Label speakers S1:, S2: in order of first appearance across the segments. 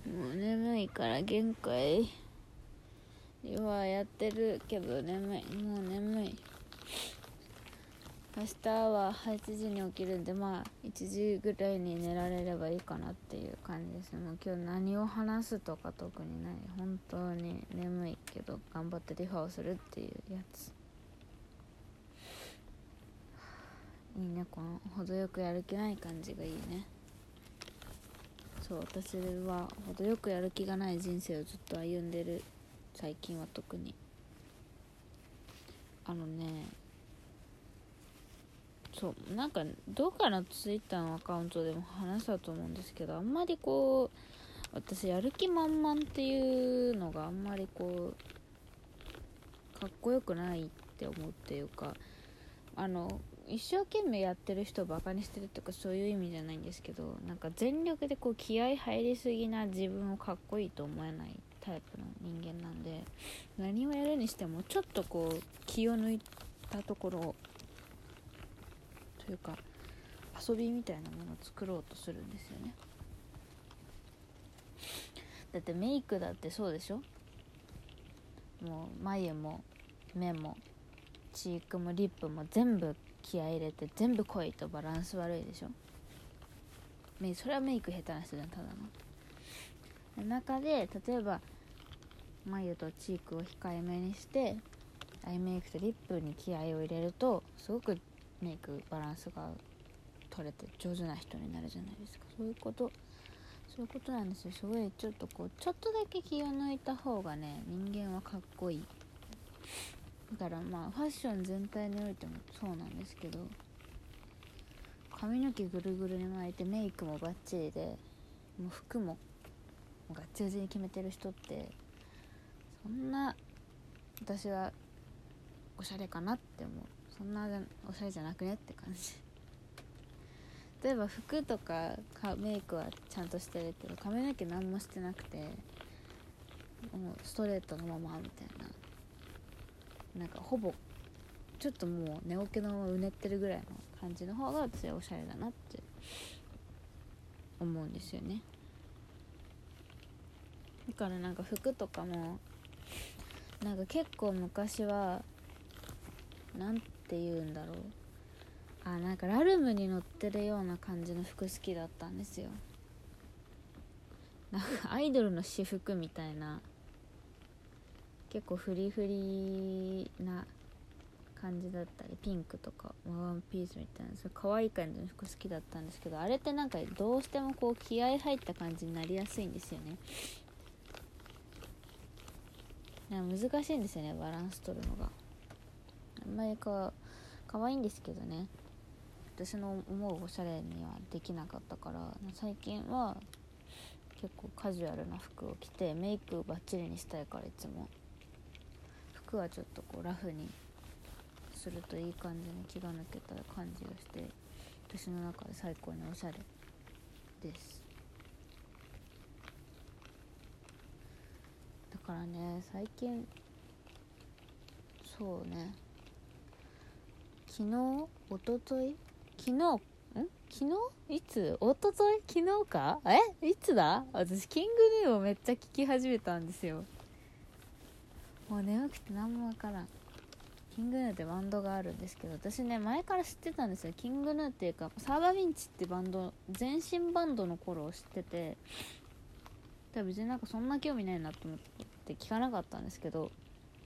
S1: もう眠いから限界。今やってるけど眠い、もう眠い。明日は8時に起きるんで、まあ1時ぐらいに寝られればいいかなっていう感じです。もう今日何を話すとか特にない。本当に眠いけど頑張ってリファをするっていうやつ。いいね、この程よくやる気ない感じがいいね。そう、私は程よくやる気がない人生をずっと歩んでる。最近は特にそうなんかどっかのツイッターのアカウントでも話したと思うんですけど、あんまりこう私やる気満々っていうのがあんまりこうかっこよくないって思うっていうか、一生懸命やってる人をバカにしてるとかそういう意味じゃないんですけど、なんか全力でこう気合入りすぎな自分をかっこいいと思えないタイプの人間なんで、何をやるにしてもちょっとこう気を抜いたところというか遊びみたいなものを作ろうとするんですよね。だってメイクだってそうでしょ。もう眉も目もチークもリップも全部気合い入れて全部濃いとバランス悪いでしょ。それはメイク下手な人じゃん、ただの。中で例えば眉とチークを控えめにしてアイメイクとリップに気合を入れるとすごくメイクバランスが取れて上手な人になるじゃないですか。そういうことなんですよ。すごいちょっとだけ気を抜いた方がね、人間はかっこいい。だからまあファッション全体においてもそうなんですけど、髪の毛ぐるぐるに巻いてメイクもバッチリでもう服もガッチガチに決めてる人って、そんな私はおしゃれかなって思う。そんなおしゃれじゃなくねって感じ。例えば服とかメイクはちゃんとしてるけど髪の毛何もしてなくてもうストレートのままみたいな、なんかほぼちょっともう寝起きのままうねってるぐらいの感じの方が私はおしゃれだなって思うんですよね。だからなんか服とかもなんか結構昔はなんて言うんだろう、なんかラルムに乗ってるような感じの服好きだったんですよ。なんかアイドルの私服みたいな、結構フリフリな感じだったり、ピンクとかワンピースみたいなそう可愛い感じの服好きだったんですけど、あれってなんかどうしてもこう気合入った感じになりやすいんですよね。なんか難しいんですよね、バランス取るのが。あんまり可愛いんですけどね、私の思うおしゃれにはできなかったから、最近は結構カジュアルな服を着てメイクバッチリにしたいから、いつも服はちょっとこうラフにするといい感じに気が抜けた感じがして、私の中で最高におしゃれです。だからね、最近そうね、昨日いつ一昨日昨日かいつだ、私キングヌーをめっちゃ聞き始めたんですよ。もう眠くて何もわからん。キングヌーってバンドがあるんですけど、私ね前から知ってたんですよ。キングヌーっていうかサーバーヴィンチってバンド、前身バンドの頃を知ってて、別になんかそんな興味ないなと思って聞かなかったんですけど、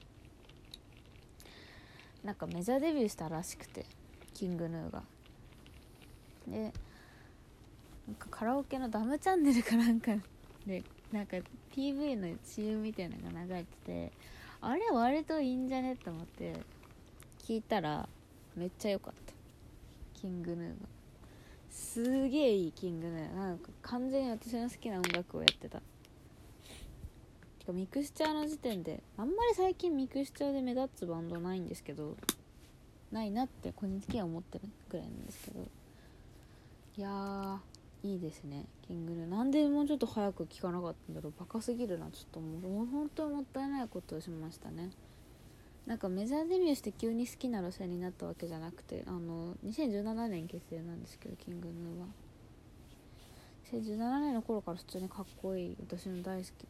S1: なんかメジャーデビューしたらしくて、キングヌーがでなんかカラオケのダムチャンネルかなんかでなんか PV の CM みたいなのが流れてて、あれ割といいんじゃねって思って聞いたらめっちゃ良かった。キングヌーがすげえいい。キングヌーなんか完全に私の好きな音楽をやってた。てかミクスチャーの時点であんまり最近ミクスチャーで目立つバンドないんですけど、ないなって個人的には思ってるくらいなんですけど、いやーいいですね。キングヌーなんでもうちょっと早く聞かなかったんだろう。バカすぎるな。ちょっともう本当にもったいないことをしましたね。なんかメジャーデビューして急に好きな路線になったわけじゃなくて、2017年結成なんですけど、キングヌーは 2017年の頃から普通にかっこいい、私の大好きな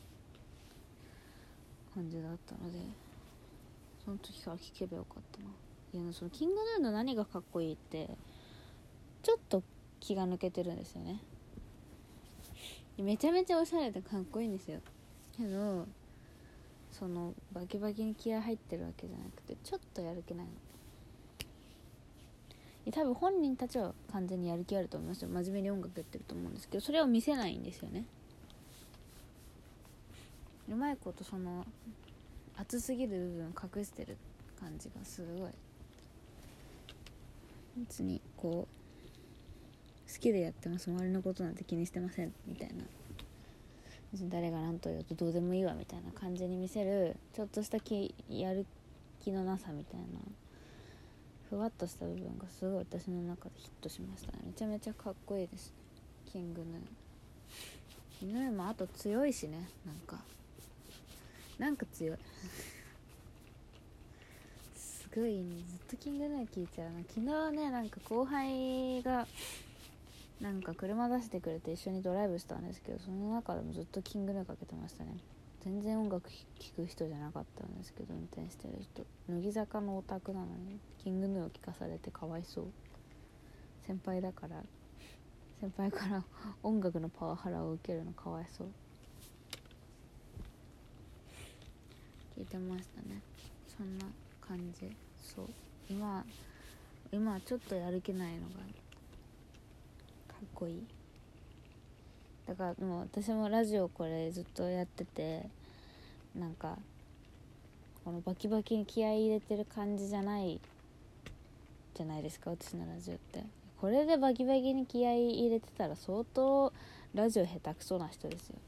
S1: 感じだったので、その時から聴けばよかったな。いや、そのキングヌーの何がかっこいいって、ちょっと気が抜けてるんですよね。めちゃめちゃおしゃれでかっこいいんですよ。けどそのバキバキに気合入ってるわけじゃなくて、ちょっとやる気ないの。多分本人たちは完全にやる気あると思いますよ。真面目に音楽やってると思うんですけど、それを見せないんですよね。うまいことその熱すぎる部分を隠してる感じがすごい、別にこう好きでやってます、周りのことなんて気にしてませんみたいな、別に誰が何と言おうとどうでもいいわみたいな感じに見せる、ちょっとしたやる気のなさみたいな、ふわっとした部分がすごい私の中でヒットしましたね。めちゃめちゃかっこいいですね、キングヌー。キングヌーもあと強いしね、なんか強いすごい、ね、ずっとキングヌー聞いちゃうな。昨日ね、なんか後輩がなんか車出してくれて一緒にドライブしたんですけど、その中でもずっとキングヌーかけてましたね。全然音楽聴く人じゃなかったんですけど、運転してる人、乃木坂のオタクなのにキングヌーを聴かされてかわいそう。先輩から音楽のパワハラを受けるのかわいそう。聞いてましたね。そんな感じ。そう、今はちょっとやる気ないのがかっこいい。だからもう私もラジオこれずっとやってて、なんかこのバキバキに気合い入れてる感じじゃないじゃないですか、私のラジオって。これでバキバキに気合い入れてたら相当ラジオ下手くそな人ですよ。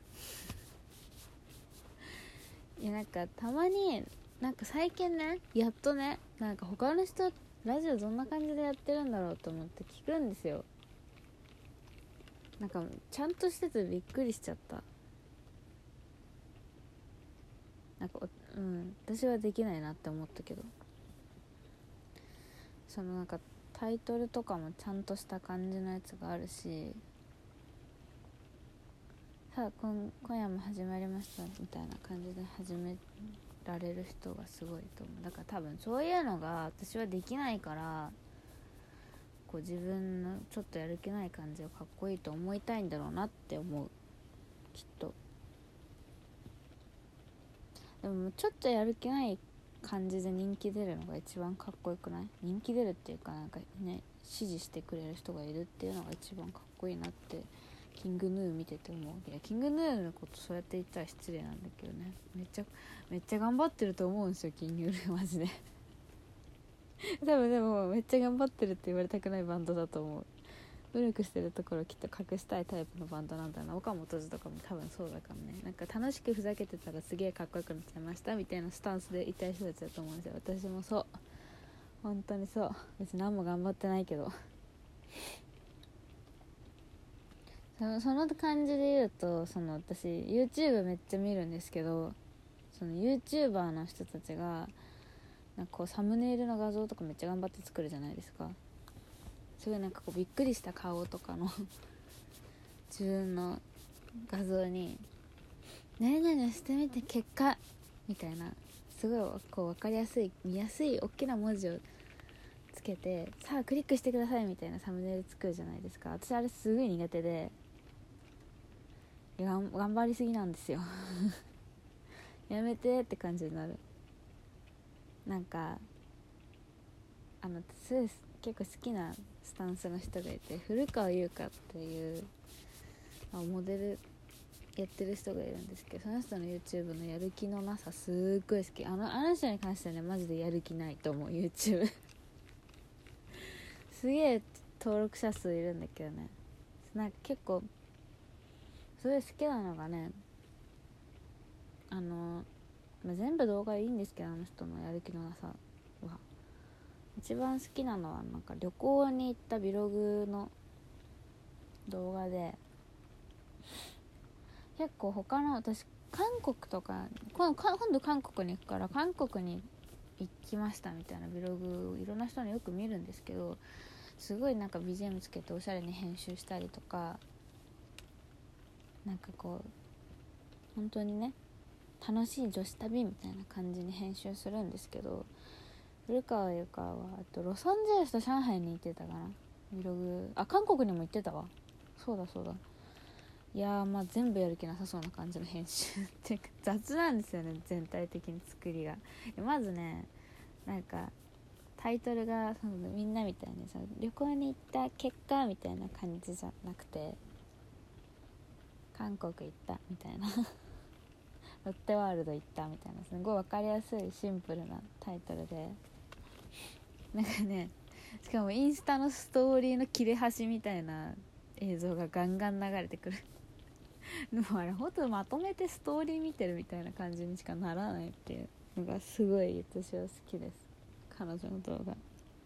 S1: いや、なんかたまになんか最近ね、やっとね、なんか他の人ラジオどんな感じでやってるんだろうと思って聞くんですよ。なんかちゃんとしててびっくりしちゃった。なんか私はできないなって思ったけど、そのなんかタイトルとかもちゃんとした感じのやつがあるし、さあ今夜も始まりましたみたいな感じで始められる人がすごいと思う。だから多分そういうのが私はできないから、こう自分のちょっとやる気ない感じをかっこいいと思いたいんだろうなって思う、きっと。でもちょっとやる気ない感じで人気出るのが一番かっこよくない？人気出るっていうか、なんかね、支持してくれる人がいるっていうのが一番かっこいいなってキングヌー見てて思う。いや、キングヌーのことそうやって言ったら失礼なんだけどね、めっちゃ頑張ってると思うんですよ、キングヌーマジで多分でもめっちゃ頑張ってるって言われたくないバンドだと思う。努力してるところをきっと隠したいタイプのバンドなんだな。岡本図とかも多分そうだかもね。なんか楽しくふざけてたらすげえかっこよくなっちゃいましたみたいなスタンスでいたい人たちだと思うんですよ。私もそう、本当にそう。別に何も頑張ってないけどその感じで言うと、その私 YouTube めっちゃ見るんですけど、その YouTuber の人たちがなんかこうサムネイルの画像とかめっちゃ頑張って作るじゃないですか。すごいなんかこうびっくりした顔とかの自分の画像に何々してみて結果みたいな、すごいこう分かりやすい見やすい大きな文字をつけて、さあクリックしてくださいみたいなサムネイル作るじゃないですか。私あれすごい苦手で、頑張りすぎなんですよやめてって感じになる。なんかすごい結構好きなスタンスの人がいて、古川優香っていうモデルやってる人がいるんですけど、その人の YouTube のやる気のなさすっごい好き。あの人に関してはね、マジでやる気ないと思う YouTube すげえ登録者数いるんだけどね、なんか結構すごい好きなのがね、全部動画いいんですけど、あの人のやる気のなさは。一番好きなのはなんか旅行に行ったビログの動画で、結構他の、私韓国とか今度韓国に行くから韓国に行きましたみたいなビログいろんな人によく見るんですけど、すごいなんか BGM つけておしゃれに編集したりとか、 なんかこう本当にね楽しい女子旅みたいな感じに編集するんですけど、古川由佳はあとロサンゼルスと上海に行ってたかな、ブログ韓国にも行ってたわ。そうだいやまあ全部やる気なさそうな感じの編集っていうか雑なんですよね、全体的に作りが。まずねなんかタイトルがそのみんなみたいにさ旅行に行った結果みたいな感じじゃなくて、韓国行ったみたいなロッテワールド行ったみたいなすごい分かりやすいシンプルなタイトルで、なんかねしかもインスタのストーリーの切れ端みたいな映像がガンガン流れてくるでもあれほんとまとめてストーリー見てるみたいな感じにしかならないっていうのがすごい私は好きです、彼女の動画。だ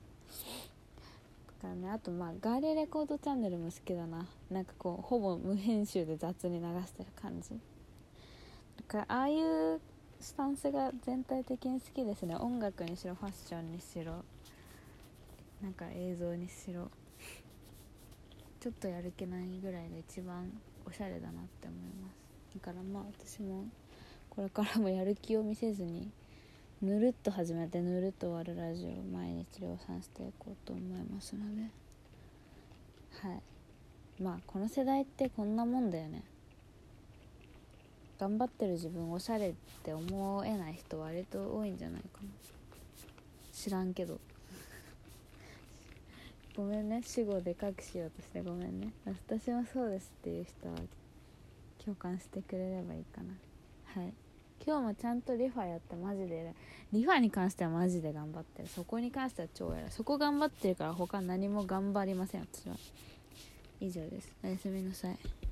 S1: からね、あとガーリーレコードチャンネルも好きだな。なんかこうほぼ無編集で雑に流してる感じだから、ああいうスタンスが全体的に好きですね。音楽にしろファッションにしろなんか映像にしろ、ちょっとやる気ないぐらいが一番おしゃれだなって思います。だから私もこれからもやる気を見せずにぬるっと始めてぬるっと終わるラジオを毎日量産していこうと思いますので、この世代ってこんなもんだよね。頑張ってる自分おしゃれって思えない人割と多いんじゃないかな、知らんけどごめんね、主語でかくしようとしてごめんね。私もそうですっていう人は共感してくれればいいかな。今日もちゃんとリファやってマジでリファに関してはマジで頑張ってる。そこに関しては超偉い。そこ頑張ってるから他何も頑張りません私は。以上です。おやすみなさい。